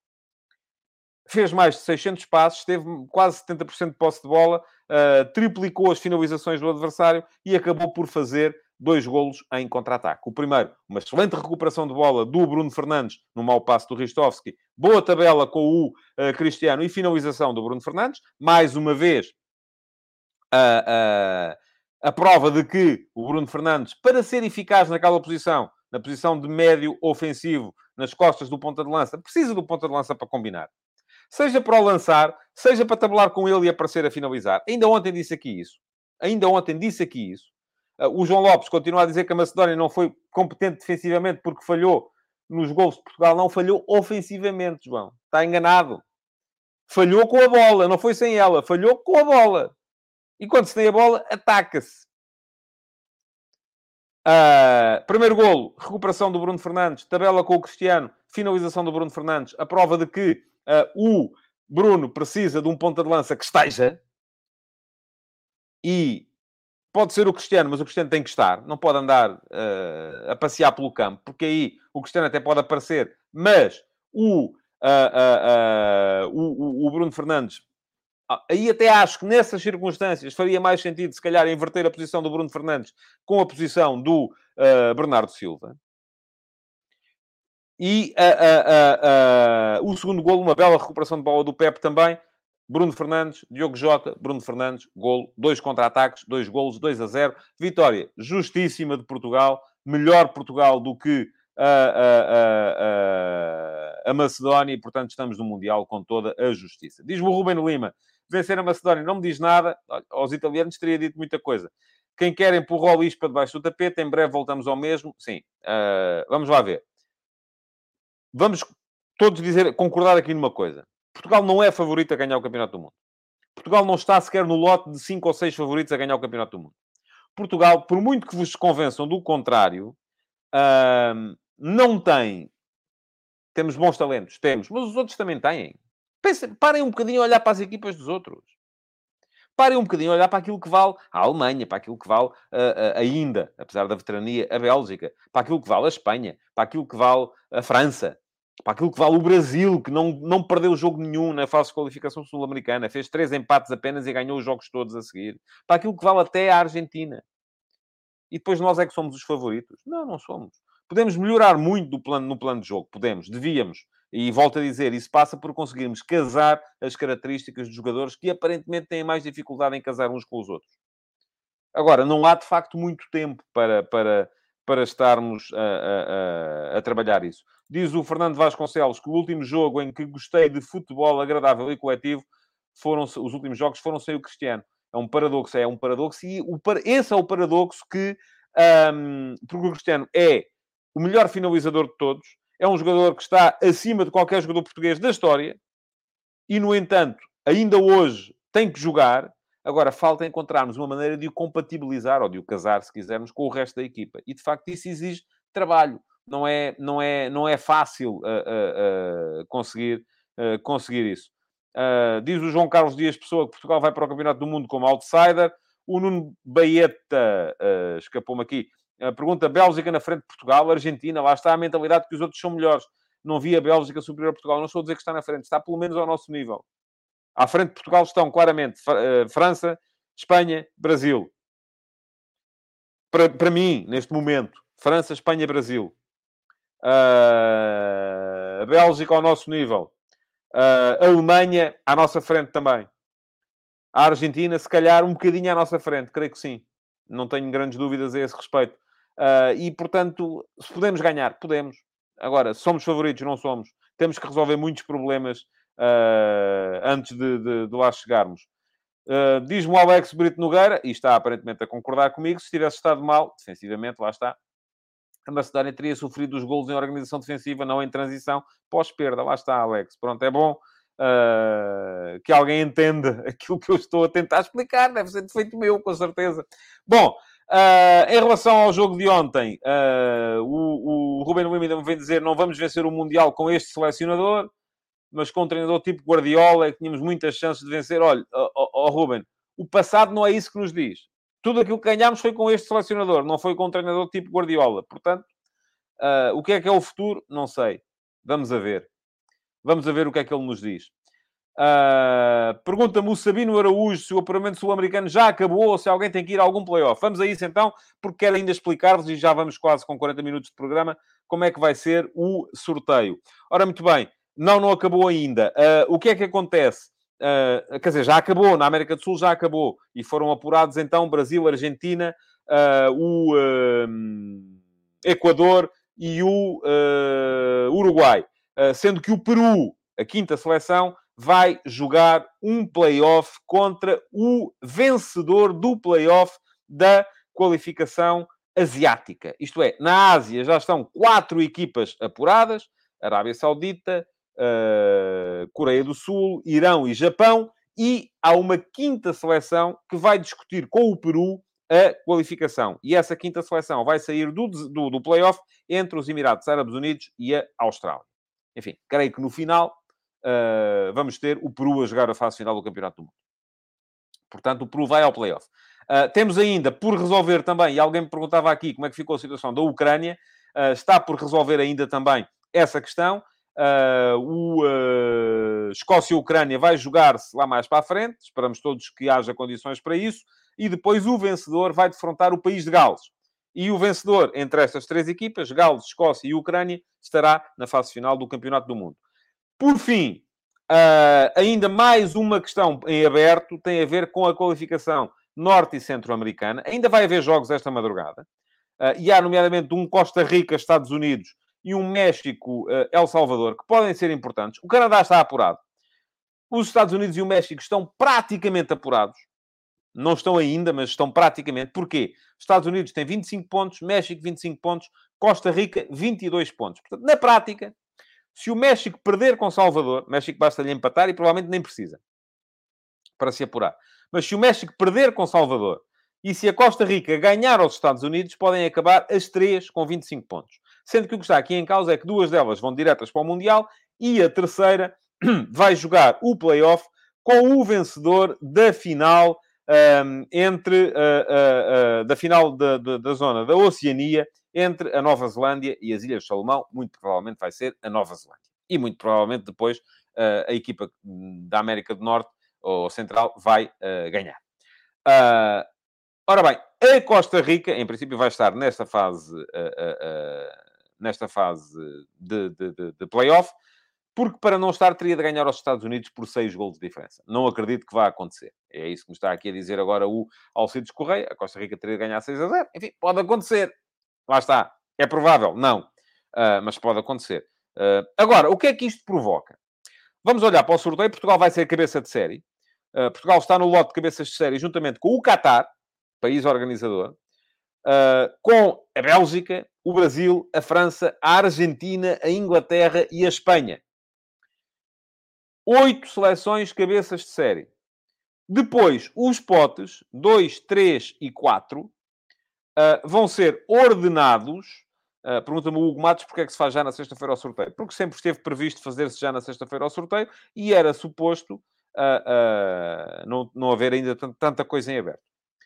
B: fez mais de 600 passos, teve quase 70% de posse de bola, triplicou as finalizações do adversário e acabou por fazer 2 golos em contra-ataque. O primeiro, uma excelente recuperação de bola do Bruno Fernandes, no mau passe do Ristovski. Boa tabela com o Cristiano e finalização do Bruno Fernandes. Mais uma vez, a prova de que o Bruno Fernandes, para ser eficaz naquela posição, na posição de médio ofensivo, nas costas do ponta de lança, precisa do ponta de lança para combinar. Seja para o lançar, seja para tabelar com ele e aparecer a finalizar. Ainda ontem disse aqui isso. O João Lopes continua a dizer que a Macedónia não foi competente defensivamente porque falhou nos gols de Portugal. Não, falhou ofensivamente, João. Está enganado. Falhou com a bola, não foi sem ela. Falhou com a bola. E quando se tem a bola, ataca-se. Primeiro golo, recuperação do Bruno Fernandes. Tabela com o Cristiano. Finalização do Bruno Fernandes. A prova de que o Bruno precisa de um ponta de lança que esteja. E pode ser o Cristiano, mas o Cristiano tem que estar. Não pode andar a passear pelo campo. Porque aí o Cristiano até pode aparecer. Mas o Bruno Fernandes... Aí até acho que nessas circunstâncias faria mais sentido, se calhar, inverter a posição do Bruno Fernandes com a posição do Bernardo Silva. E o segundo golo, uma bela recuperação de bola do Pepe também. Bruno Fernandes, Diogo Jota, Bruno Fernandes, golo. 2 contra-ataques, 2 golos, 2-0. Vitória justíssima de Portugal. Melhor Portugal do que a Macedónia. E, portanto, estamos no Mundial com toda a justiça. Diz-me o Ruben Lima. Vencer a Macedónia não me diz nada. Aos italianos teria dito muita coisa. Quem quer empurrar o lixo para debaixo do tapete, em breve voltamos ao mesmo. Sim. Vamos lá ver. Vamos todos concordar aqui numa coisa. Portugal não é favorito a ganhar o Campeonato do Mundo. Portugal não está sequer no lote de 5 ou 6 favoritos a ganhar o Campeonato do Mundo. Portugal, por muito que vos convençam do contrário, não tem... Temos bons talentos, temos, mas os outros também têm. Parem um bocadinho a olhar para as equipas dos outros. Parem um bocadinho a olhar para aquilo que vale a Alemanha, para aquilo que vale ainda, apesar da veterania, a Bélgica, para aquilo que vale a Espanha, para aquilo que vale a França, para aquilo que vale o Brasil, que não perdeu jogo nenhum na fase de qualificação sul-americana, fez 3 empates apenas e ganhou os jogos todos a seguir, para aquilo que vale até a Argentina. E depois nós é que somos os favoritos? Não somos. Podemos melhorar muito no plano de jogo, devíamos. E volto a dizer, isso passa por conseguirmos casar as características dos jogadores que aparentemente têm mais dificuldade em casar uns com os outros. Agora, não há de facto muito tempo para estarmos a trabalhar isso. Diz o Fernando Vasconcelos que o último jogo em que gostei de futebol agradável e coletivo os últimos jogos foram sem o Cristiano. É um paradoxo, e esse é o paradoxo que... porque o Cristiano é o melhor finalizador de todos, é um jogador que está acima de qualquer jogador português da história e, no entanto, ainda hoje tem que jogar. Agora, falta encontrarmos uma maneira de o compatibilizar ou de o casar, se quisermos, com o resto da equipa. E, de facto, isso exige trabalho. Não é fácil conseguir isso. Diz o João Carlos Dias Pessoa que Portugal vai para o Campeonato do Mundo como outsider. O Nuno Baeta, escapou-me aqui, pergunta: Bélgica na frente de Portugal, Argentina, lá está a mentalidade que os outros são melhores. Não vi a Bélgica superior a Portugal. Não estou a dizer que está na frente, está pelo menos ao nosso nível. À frente de Portugal estão claramente França, Espanha, Brasil. Para mim, neste momento, França, Espanha, Brasil. A Bélgica ao nosso nível. A Alemanha à nossa frente também. A Argentina, se calhar, um bocadinho à nossa frente. Creio que sim. Não tenho grandes dúvidas a esse respeito. E, portanto, se podemos ganhar, podemos. Agora, somos favoritos, não somos. Temos que resolver muitos problemas antes de lá chegarmos. Diz-me o Alex Brito Nogueira, e está aparentemente a concordar comigo, se tivesse estado mal, defensivamente, lá está, a Macedónia teria sofrido os golos em organização defensiva, não em transição, pós-perda. Lá está, Alex. Pronto, é bom que alguém entenda aquilo que eu estou a tentar explicar. Deve ser defeito meu, com certeza. Bom, em relação ao jogo de ontem, o Ruben Lima ainda me vem dizer: não vamos vencer o Mundial com este selecionador, mas com um treinador tipo Guardiola é que tínhamos muitas chances de vencer. Olha, Ruben, o passado não é isso que nos diz. Tudo aquilo que ganhámos foi com este selecionador, não foi com um treinador tipo Guardiola. Portanto, o que é o futuro? Não sei. Vamos a ver. Vamos a ver o que é que ele nos diz. Pergunta-me o Sabino Araújo se o apuramento sul-americano já acabou ou se alguém tem que ir a algum playoff. Vamos a isso então, porque quero ainda explicar-vos, e já vamos quase com 40 minutos de programa, como é que vai ser o sorteio. Ora, muito bem, não acabou ainda. O que é que acontece? Quer dizer, já acabou, na América do Sul já acabou, e foram apurados então Brasil, Argentina, o Equador e o Uruguai. Sendo que o Peru, a quinta seleção, vai jogar um play-off contra o vencedor do play-off da qualificação asiática. Isto é, na Ásia já estão 4 equipas apuradas: Arábia Saudita, Coreia do Sul, Irão e Japão, e há uma quinta seleção que vai discutir com o Peru a qualificação. E essa quinta seleção vai sair do play-off entre os Emirados Árabes Unidos e a Austrália. Enfim, creio que no final vamos ter o Peru a jogar a fase final do Campeonato do Mundo. Portanto, o Peru vai ao play-off. Temos ainda por resolver também, e alguém me perguntava aqui como é que ficou a situação da Ucrânia, está por resolver ainda também essa questão. Escócia e Ucrânia vai jogar-se lá mais para a frente, esperamos todos que haja condições para isso, e depois o vencedor vai defrontar o país de Gales. E o vencedor entre estas 3 equipas, Gales, Escócia e Ucrânia, estará na fase final do Campeonato do Mundo. Por fim, ainda mais uma questão em aberto, tem a ver com a qualificação norte e centro-americana. Ainda vai haver jogos esta madrugada. E há, nomeadamente, um Costa Rica, Estados Unidos, e um México, El Salvador, que podem ser importantes. O Canadá está apurado. Os Estados Unidos e o México estão praticamente apurados. Não estão ainda, mas estão praticamente. Porquê? Estados Unidos tem 25 pontos, México 25 pontos, Costa Rica 22 pontos. Portanto, na prática, se o México perder com Salvador, México basta-lhe empatar e provavelmente nem precisa para se apurar. Mas se o México perder com Salvador e se a Costa Rica ganhar aos Estados Unidos, podem acabar as 3 com 25 pontos. Sendo que o que está aqui em causa é que 2 delas vão diretas para o Mundial e a terceira vai jogar o play-off com o vencedor da final da final da zona da Oceania entre a Nova Zelândia e as Ilhas de Salomão. Muito provavelmente vai ser a Nova Zelândia. E muito provavelmente depois a equipa da América do Norte ou Central vai ganhar. Ora bem, a Costa Rica, em princípio, vai estar nesta fase de play-off, porque para não estar teria de ganhar aos Estados Unidos por 6 golos de diferença. Não acredito que vá acontecer. É isso que me está aqui a dizer agora o Alcides Correia. A Costa Rica teria de ganhar 6-0. Enfim, pode acontecer. Lá está. É provável? Não. Mas pode acontecer. Agora, o que é que isto provoca? Vamos olhar para o sorteio. Portugal vai ser cabeça de série. Portugal está no lote de cabeças de série juntamente com o Qatar, país organizador, com a Bélgica, o Brasil, a França, a Argentina, a Inglaterra e a Espanha. 8 seleções cabeças de série. Depois, os potes 2, 3 e 4 vão ser ordenados. Pergunta-me o Hugo Matos porque é que se faz já na sexta-feira ao sorteio. Porque sempre esteve previsto fazer-se já na sexta-feira ao sorteio e era suposto não haver ainda tanta coisa em aberto.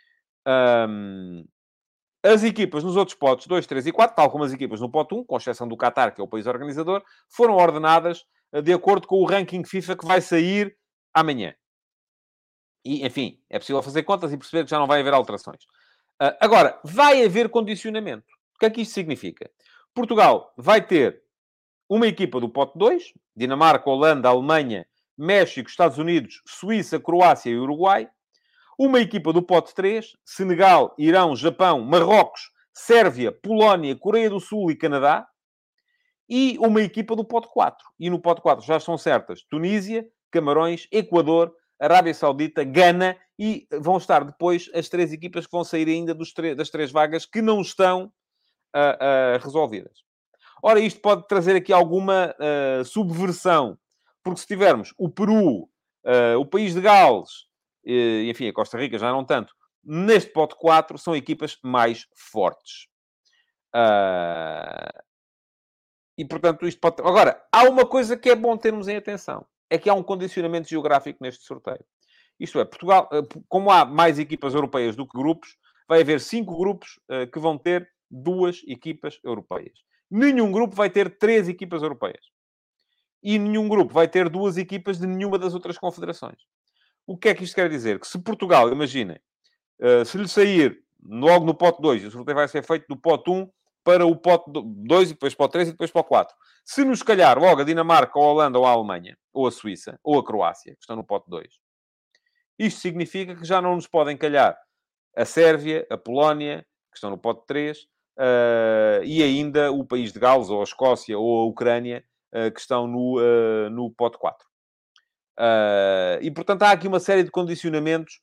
B: As equipas nos outros potes 2, 3 e 4, tal como as equipas no pote 1, com exceção do Qatar, que é o país organizador, foram ordenadas de acordo com o ranking FIFA que vai sair amanhã. E, enfim, é possível fazer contas e perceber que já não vai haver alterações. Agora, vai haver condicionamento. O que é que isto significa? Portugal vai ter uma equipa do pote 2, Dinamarca, Holanda, Alemanha, México, Estados Unidos, Suíça, Croácia e Uruguai. Uma equipa do pote 3, Senegal, Irão, Japão, Marrocos, Sérvia, Polónia, Coreia do Sul e Canadá. E uma equipa do pote 4. E no pote 4 já estão certas Tunísia, Camarões, Equador, Arábia Saudita, Gana, e vão estar depois as 3 equipas que vão sair ainda das 3 vagas que não estão resolvidas. Ora, isto pode trazer aqui alguma subversão, porque se tivermos o Peru, o país de Gales, e, enfim, a Costa Rica já não tanto, neste pote 4 são equipas mais fortes. E, portanto, isto pode... Agora, há uma coisa que é bom termos em atenção. É que há um condicionamento geográfico neste sorteio. Isto é, Portugal, como há mais equipas europeias do que grupos, vai haver 5 grupos que vão ter 2 equipas europeias. Nenhum grupo vai ter 3 equipas europeias. e nenhum grupo vai ter 2 equipas de nenhuma das outras confederações. O que é que isto quer dizer? Que se Portugal, imaginem, se lhe sair logo no pote 2, o sorteio vai ser feito do pote 1 para o pote 2, e depois para o 3 e depois para o 4. Se nos calhar logo a Dinamarca, ou a Holanda, ou a Alemanha, ou a Suíça, ou a Croácia, que estão no pote 2, isto significa que já não nos podem calhar a Sérvia, a Polónia, que estão no pote 3, e ainda o país de Gales, ou a Escócia, ou a Ucrânia, que estão no pote 4. E, portanto, há aqui uma série de condicionamentos.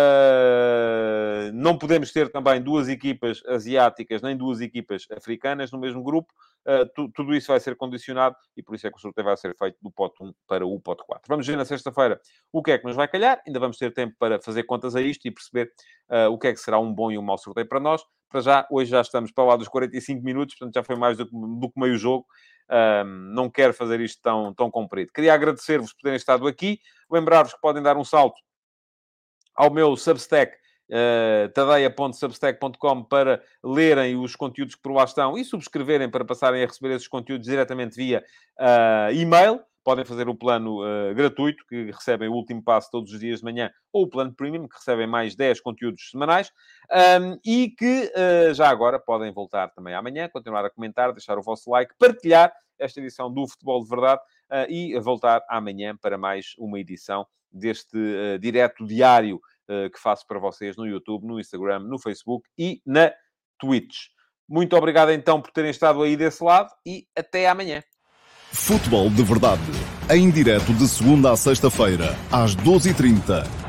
B: Não podemos ter também 2 equipas asiáticas, nem 2 equipas africanas no mesmo grupo. Tudo isso vai ser condicionado e por isso é que o sorteio vai ser feito do pote 1 para o pote 4. Vamos ver na sexta-feira o que é que nos vai calhar. Ainda vamos ter tempo para fazer contas a isto e perceber o que é que será um bom e um mau sorteio para nós. Para já, hoje já estamos para lá dos 45 minutos, portanto já foi mais do que meio jogo. Não quero fazer isto tão comprido. Queria agradecer-vos por terem estado aqui. Lembrar-vos que podem dar um salto ao meu Substack, tadeia.substack.com, para lerem os conteúdos que por lá estão e subscreverem para passarem a receber esses conteúdos diretamente via e-mail. Podem fazer o plano gratuito, que recebem o último passo todos os dias de manhã, ou o plano premium, que recebem mais 10 conteúdos semanais, e que já agora podem voltar também amanhã, continuar a comentar, deixar o vosso like, partilhar esta edição do Futebol de Verdade e voltar amanhã para mais uma edição deste direto diário que faço para vocês no YouTube, no Instagram, no Facebook e na Twitch. Muito obrigado então por terem estado aí desse lado e até amanhã.
A: Futebol de Verdade, em direto de segunda a sexta-feira, às 12h30.